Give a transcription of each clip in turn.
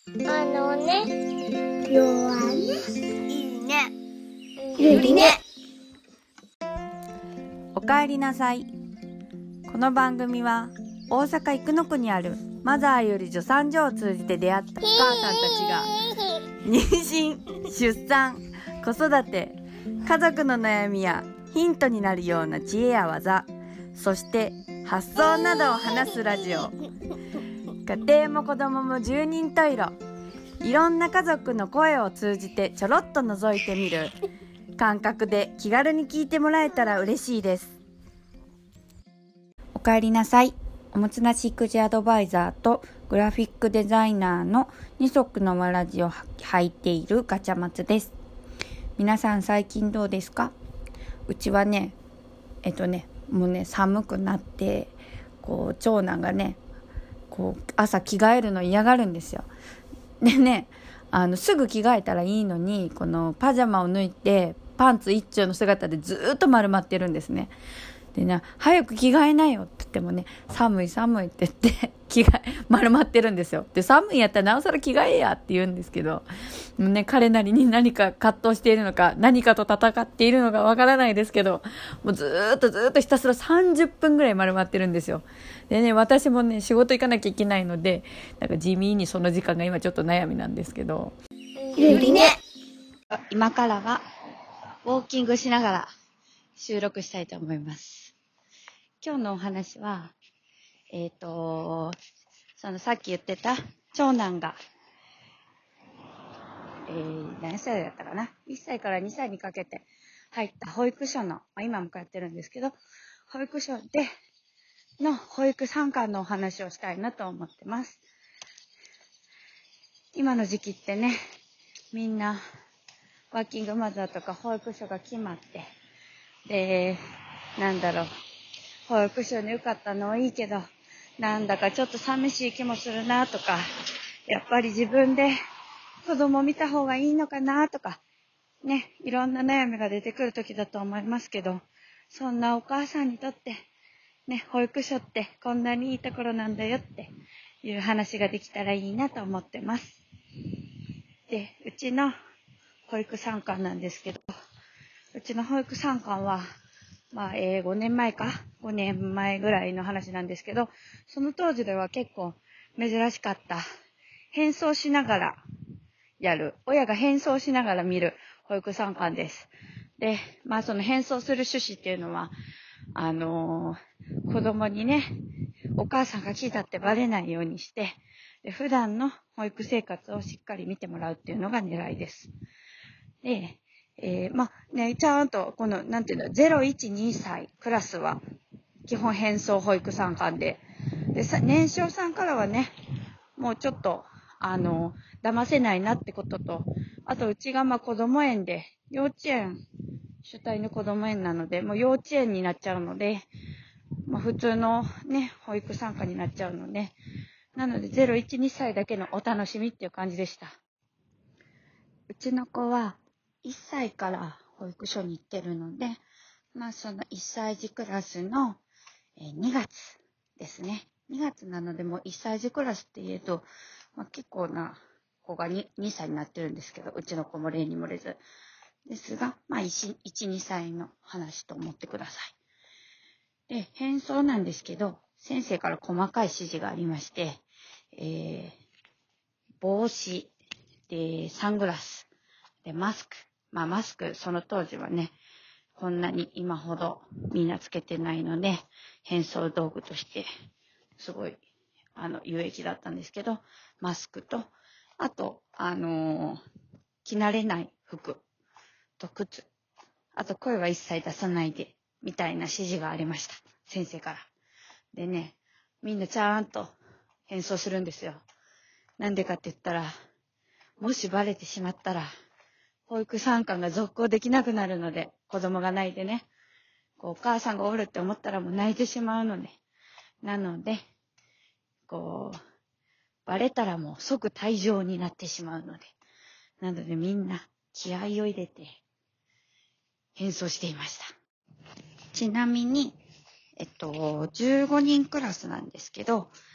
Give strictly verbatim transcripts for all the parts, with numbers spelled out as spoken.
あのね、弱ね、 いいね、 ゆりね。 おかえりなさい。この番組は大阪生野区にあるマザーより助産所を通じて出会ったお母さんたちが妊娠、出産、子育て、家族の悩みやヒントになるような知恵や技、そして発想などを話すラジオ。家庭も子供も十人十色、いろんな家族の声を通じてちょろっと覗いてみる感覚で気軽に聞いてもらえたら嬉しいです。おかえりなさい。おもつなし育児アドバイザーとグラフィックデザイナーの二足のわらじを履いているガチャマツです。皆さん最近どうですか？うちはね、えっとね、もうね寒くなって、こう長男がね、こう朝着替えるの嫌がるんですよ。でね、あのすぐ着替えたらいいのに、このパジャマを脱いでパンツ一丁の姿でずっと丸まってるんですね。でね、早く着替えなよって言ってもね、寒い寒いって言って着替え丸まってるんですよ。で、寒いやったらなおさら着替えやって言うんですけど、もうね、彼なりに何か葛藤しているのか、何かと戦っているのかわからないですけど、もうずーっとずーっとひたすらさんじゅっぷんぐらい丸まってるんですよ。でね、私もね、仕事行かなきゃいけないので、なんか地味にその時間が今ちょっと悩みなんですけど、 ゆりね。 今からはウォーキングしながら収録したいと思います。今日のお話は、えっと、そのさっき言ってた長男が、えー、何歳だったかな ?いっ 歳からにさいにかけて入った保育所の、まあ、今も通ってるんですけど、保育所での保育参観のお話をしたいなと思ってます。今の時期ってね、みんなワーキングマザーとか保育所が決まって、で、なんだろう、保育所に受かったのはいいけど、なんだかちょっと寂しい気もするなとか、やっぱり自分で子供見た方がいいのかなとか、ね、いろんな悩みが出てくる時だと思いますけど、そんなお母さんにとって、ね、保育所ってこんなにいいところなんだよっていう話ができたらいいなと思ってます。で、うちの保育参観なんですけど、うちの保育参観は、まあ、えー、ごねんまえか、ごねんまえぐらいの話なんですけど、その当時では結構珍しかった、変装しながらやる、親が変装しながら見る保育参観です。で、まあその変装する趣旨っていうのは、あのー、子供にね、お母さんが来たってバレないようにして、で普段の保育生活をしっかり見てもらうっていうのが狙いです。で、えー、まあね、ちゃんとこの、なんていうの、ゼロ、いち、にさいクラスは基本変装保育参観で、でさ、年少さんからはね、もうちょっと、あの、騙せないなってことと、あとうちがまあ子供園で、幼稚園主体の子供園なので、もう幼稚園になっちゃうので、まあ普通のね、保育参加になっちゃうので、なのでゼロ、いち、にさいだけのお楽しみっていう感じでした。うちの子はいっさいから保育所に行ってるので、まあそのいっさい児クラスのにがつですね。にがつなのでもういっさい児クラスって言うと、まあ、結構な子が 2, にさいになってるんですけど、うちの子も例に漏れず。ですが、まあいち、にさいの話と思ってください。で、変装なんですけど、先生から細かい指示がありまして、えー、帽子、で、サングラス、で、マスク。まあマスク、その当時はね、こんなに今ほどみんなつけてないので、変装道具としてすごいあの有益だったんですけど、マスクと、あと、あのー、着慣れない服と靴、あと声は一切出さないで、みたいな指示がありました。先生から。でね、みんなちゃんと変装するんですよ。なんでかって言ったら、もしバレてしまったら、保育参観が続行できなくなるので、子供が泣いてね、こうお母さんがおるって思ったらもう泣いてしまうので、なので、こう、バレたらもう即退場になってしまうので、なのでみんな気合を入れて変装していました。ちなみに、えっと、じゅうごにんクラスなんですけど、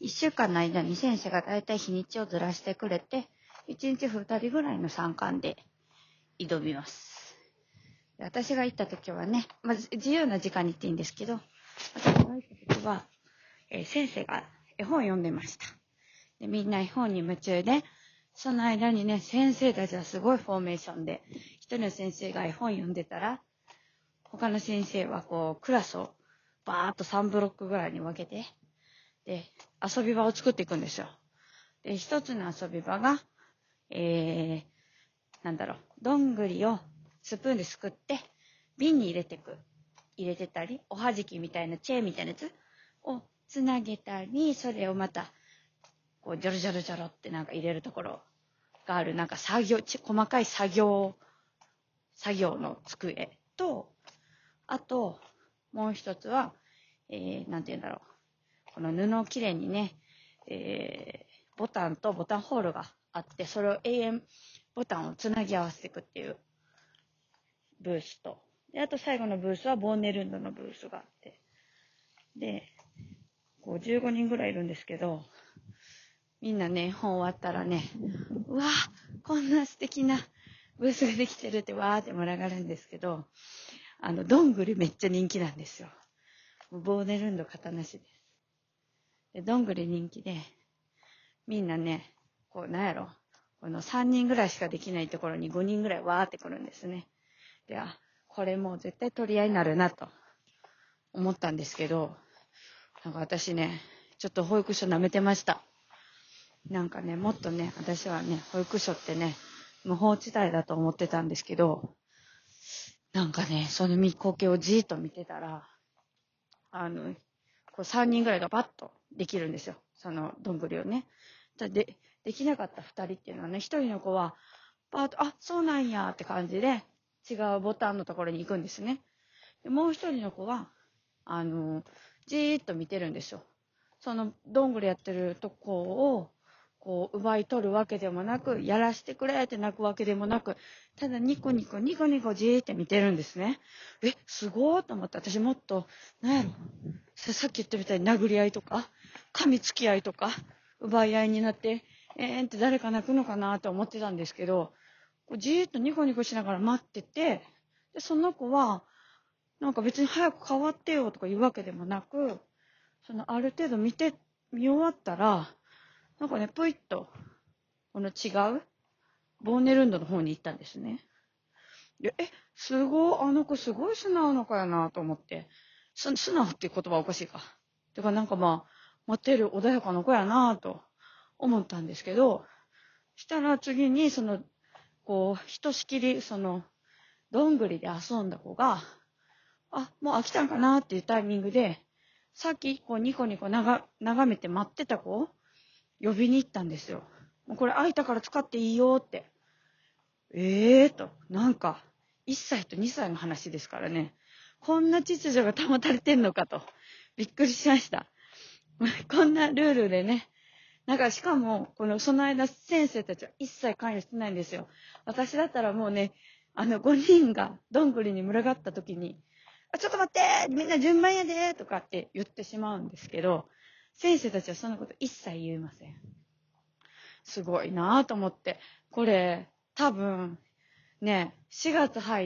いっしゅうかんの間に先生がだいたい日にちをずらしてくれて、いちにちふたりぐらいの参観で挑みます。私が行った時はね、まあ、自由な時間に行っていいんですけど、私が行った時は、えー、先生が絵本読んでました。で、みんな絵本に夢中で、その間にね、先生たちはすごいフォーメーションで、一人の先生が絵本読んでたら、他の先生はこう、クラスをバーッとさんブロックぐらいに分けて、で、遊び場を作っていくんですよ。で、一つの遊び場が、えー、なんだろう、どんぐりをスプーンですくって、瓶に入れていく。入れてたり、おはじきみたいな、チェーンみたいなやつをつなげたり、それをまた、こう、ジョロジョロジョロってなんか入れるところがある、なんか作業、細かい作業、作業の机と、あと、もう一つは、えー、なんて言うんだろう。この布をきれいにね、えー、ボタンとボタンホールがあって、それを永遠ボタンをつなぎ合わせていくっていうブースと、で、あと最後のブースはボーネルンドのブースがあって、で、こうじゅうごにんぐらいいるんですけど、みんなね、本終わったらね、うわぁ、こんな素敵なブースができてるってわーって盛り上がるんですけど、あの、どんぐりめっちゃ人気なんですよ。ボーネルンド型なしです。で、どんぐり人気で、みんなね、こう、なんやろ、このさんにんぐらいしかできないところにごにんぐらいわーって来るんですね。で、あ、これもう絶対取り合いになるなと思ったんですけど、なんか私ね、ちょっと保育所舐めてました。なんかね、もっとね、私はね、保育所ってね、無法地帯だと思ってたんですけど、なんかね、その光景をじーっと見てたら、あの、こうさんにんぐらいがバッとできるんですよ。そのどんぐりをね。で、できなかったふたりっていうのはね、ひとりの子は、バーッと、あ、そうなんやって感じで、違うボタンのところに行くんですね。でもうひとりの子は、あの、じーっと見てるんですよ。そのどんぐりやってるとこを、こう、奪い取るわけでもなく、やらしてくれって泣くわけでもなく、ただニコニコ、ニコニコじーって見てるんですね。え、すごーと思って、私もっと、なんやろ、さっき言ったみたいに殴り合いとか、噛みつき合いとか、奪い合いになって、えーんって誰か泣くのかなと思ってたんですけど、じーっとニコニコしながら待ってて、で、その子は、なんか別に早く変わってよとか言うわけでもなく、そのある程度見て、見終わったら、なんかね、ぷいっと、この違う、ボーネルンドの方に行ったんですね。で、え、すごい、あの子すごい素直な子やなと思って、す素直っていう言葉はおかしいか。てかなんかまあ、待ってる穏やかな子やなと思ったんですけど、したら次にその、こう、ひとしきりその、どんぐりで遊んだ子が、あ、もう飽きたんかなっていうタイミングで、さっきこうニコニコなが眺めて待ってた子を呼びに行ったんですよ。もうこれ空いたから使っていいよって。ええーと、なんか、いっさいとにさいの話ですからね。こんな秩序が保たれてんのかと。びっくりしました。こんなルールでね。なんかしかも、この、その間先生たちは一切関与してないんですよ。私だったらもうね、あのごにんがどんぐりに群がった時に、あ、ちょっと待ってみんな順番やでとかって言ってしまうんですけど、先生たちはそんなこと一切言いません。すごいなぁと思って。これ、多分、ね、しがつ入って、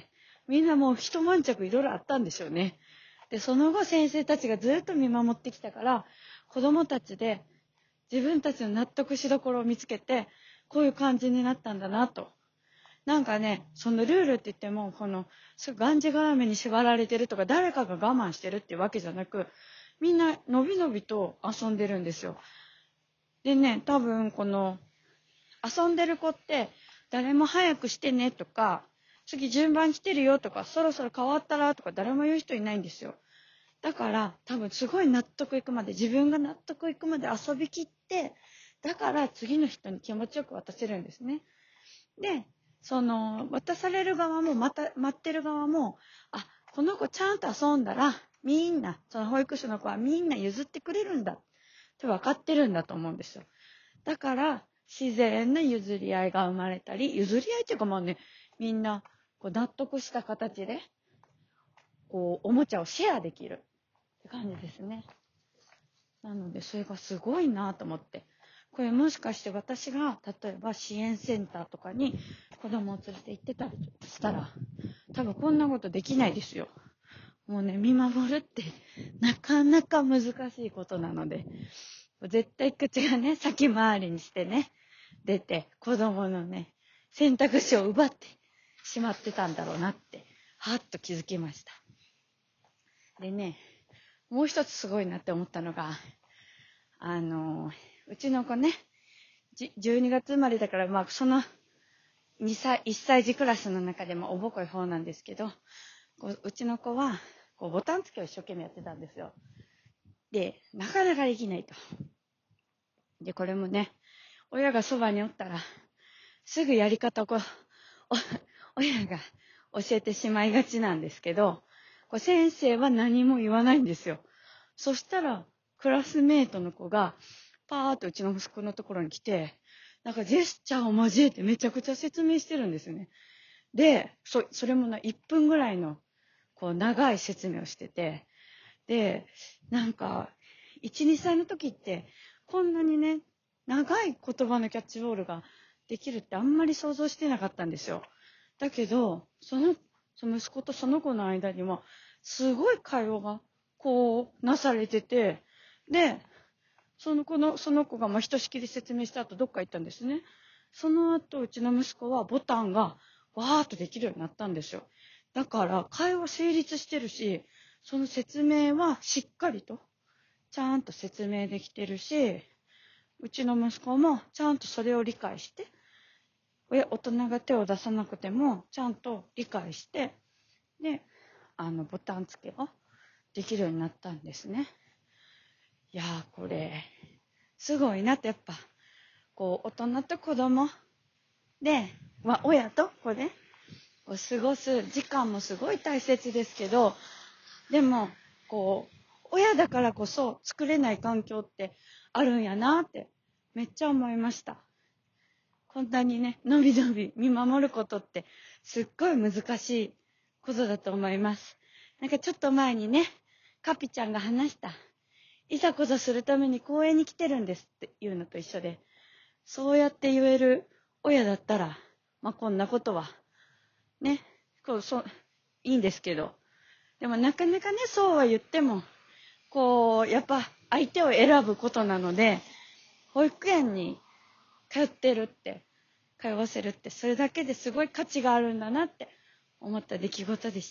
みんなもう一悶着いろいろあったんでしょうね。で、その後先生たちがずっと見守ってきたから、子供たちで自分たちの納得しどころを見つけて、こういう感じになったんだなと。なんかね、そのルールって言っても、この、がんじがらめに縛られてるとか、誰かが我慢してるっていうわけじゃなく、みんなのびのびと遊んでるんですよ。でね、多分この、遊んでる子って、誰も早くしてねとか、次順番来てるよとか、そろそろ変わったらとか、誰も言う人いないんですよ。だから、多分すごい納得いくまで、自分が納得いくまで遊びきって、だから次の人に気持ちよく渡せるんですね。で、その、渡される側も、また、待ってる側も、あ、この子ちゃんと遊んだら、みんな、その保育所の子はみんな譲ってくれるんだって分かってるんだと思うんですよ。だから、自然な譲り合いが生まれたり、譲り合いっていうかまあね、みんな、こう納得した形で、こう、おもちゃをシェアできるって感じですね。 なので、それがすごいなと思って。これもしかして私が、例えば支援センターとかに子供を連れて行ってたりしたら、多分こんなことできないですよ。もうね、見守るってなかなか難しいことなので、絶対口がね、先回りにしてね、出て子供のね、選択肢を奪ってしまってたんだろうなって、はっと気づきました。でね、もう一つすごいなって思ったのが、あの、うちの子ね、じゅうにがつ生まれだから、まあ、そのにさい、いっさい児クラスの中でもおぼこい方なんですけど、こううちの子は、こうボタン付けを一生懸命やってたんですよ。で、なかなかできないと。で、これもね、親がそばにおったら、すぐやり方をこう、親が教えてしまいがちなんですけど、こう先生は何も言わないんですよ。そしたら、クラスメートの子が、パーっとうちの息子のところに来て、なんかジェスチャーを交えてめちゃくちゃ説明してるんですよね。で、そ、それもな、いっぷんぐらいの、こう、長い説明をしてて、で、なんか、いち、にさいの時って、こんなにね、長い言葉のキャッチボールができるってあんまり想像してなかったんですよ。だけど、その、その息子とその子の間にも、すごい会話が、こう、なされてて、で、その子の、その子が、まあ、ひとしきり説明した後、どっか行ったんですね。その後、うちの息子はボタンが、わーっとできるようになったんですよ。だから、会話成立してるし、その説明はしっかりと、ちゃんと説明できてるし、うちの息子もちゃんとそれを理解して、大人が手を出さなくても、ちゃんと理解して、で、あの、ボタン付けをできるようになったんですね。いやー、これ、すごいなって、やっぱ、こう、大人と子供で、まあ、親と子で、こう過ごす時間もすごい大切ですけど、でも、こう、親だからこそ作れない環境ってあるんやなって、めっちゃ思いました。こんなにね、のびのび見守ることってすっごい難しいことだと思います。なんかちょっと前にね、カピちゃんが話した、いざこざするために公園に来てるんですっていうのと一緒で、そうやって言える親だったら、まあこんなことは、ね、こう、そう、いいんですけど、でもなかなかね、そうは言っても、こう、やっぱ相手を選ぶことなので、保育園に通ってるって、通わせるって、それだけですごい価値があるんだなって思った出来事でした。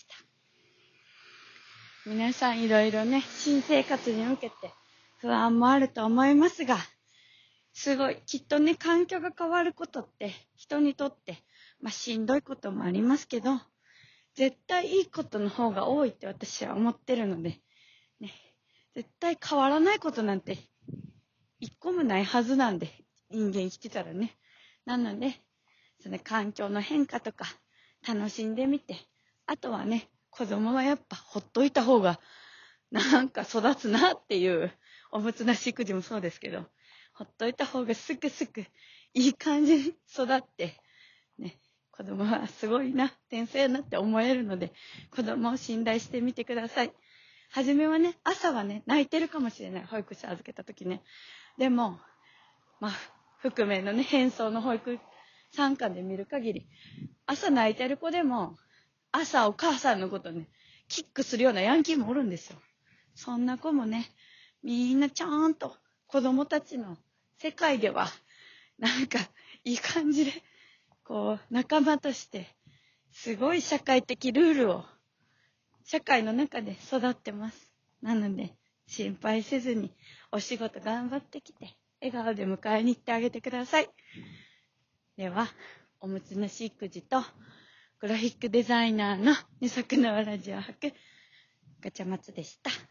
皆さんいろいろね、新生活に向けて不安もあると思いますが、すごい、きっとね、環境が変わることって人にとって、まあしんどいこともありますけど、絶対いいことの方が多いって私は思ってるので、ね、絶対変わらないことなんて一個もないはずなんで、人間生きてたらね。なので、その環境の変化とか楽しんでみて、あとはね、子供はやっぱほっといた方がなんか育つなっていう、おむつなし育児もそうですけど、ほっといた方がすぐすぐいい感じに育って、ね、子供はすごいな、天才なって思えるので、子供を信頼してみてください。はじめはね、朝はね、泣いてるかもしれない。保育士預けた時ね。でも、まあ、覆面のね、変装の保育参観で見る限り、朝泣いてる子でも、朝お母さんのことね、キックするようなヤンキーもおるんですよ。そんな子もね、みんなちゃんと子供たちの世界では、なんかいい感じで、こう、仲間として、すごい社会的ルールを、社会の中で育ってます。なので、心配せずに、お仕事頑張ってきて、笑顔で迎えに行ってあげてください。では、おむつなし育児と、グラフィックデザイナーの二足のわらじを履くガチャマツでした。